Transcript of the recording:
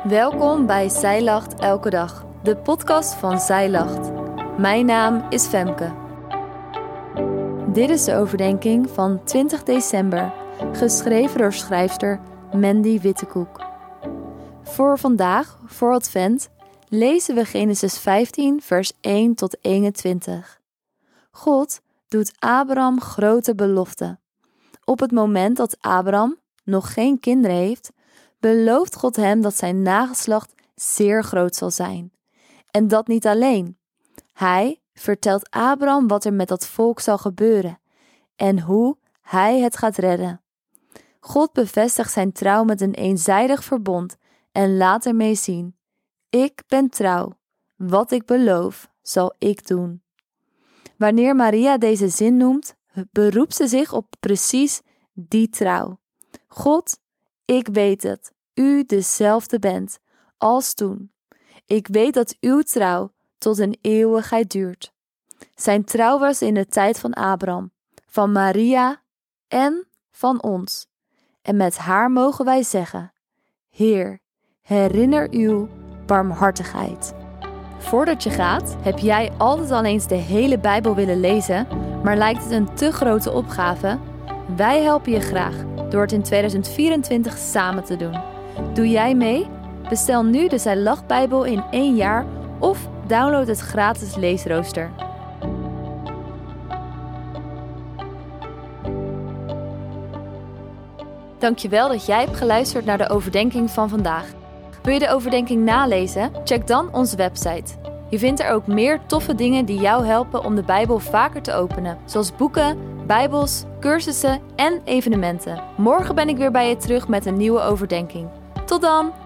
Welkom bij Zij Lacht Elke Dag, de podcast van Zij Lacht. Mijn naam is Femke. Dit is de overdenking van 20 december, geschreven door schrijfster Mandy Wittekoek. Voor vandaag, voor Advent, lezen we Genesis 15 vers 1 tot 21. God doet Abraham grote beloften. Op het moment dat Abraham nog geen kinderen heeft, belooft God hem dat zijn nageslacht zeer groot zal zijn. En dat niet alleen. Hij vertelt Abraham wat er met dat volk zal gebeuren en hoe hij het gaat redden. God bevestigt zijn trouw met een eenzijdig verbond en laat ermee zien: ik ben trouw. Wat ik beloof, zal ik doen. Wanneer Maria deze zin noemt, beroept ze zich op precies die trouw. God, ik weet het, u dezelfde bent als toen. Ik weet dat uw trouw tot een eeuwigheid duurt. Zijn trouw was in de tijd van Abraham, van Maria en van ons. En met haar mogen wij zeggen: Heer, herinner uw barmhartigheid. Voordat je gaat, heb jij altijd al eens de hele Bijbel willen lezen, maar lijkt het een te grote opgave? Wij helpen je graag door het in 2024 samen te doen. Doe jij mee? Bestel nu de Zij Lacht Bijbel in 1 jaar of download het gratis leesrooster. Dankjewel dat jij hebt geluisterd naar de overdenking van vandaag. Wil je de overdenking nalezen? Check dan onze website. Je vindt er ook meer toffe dingen die jou helpen om de Bijbel vaker te openen, zoals boeken, Bijbels, cursussen en evenementen. Morgen ben ik weer bij je terug met een nieuwe overdenking. Tot dan!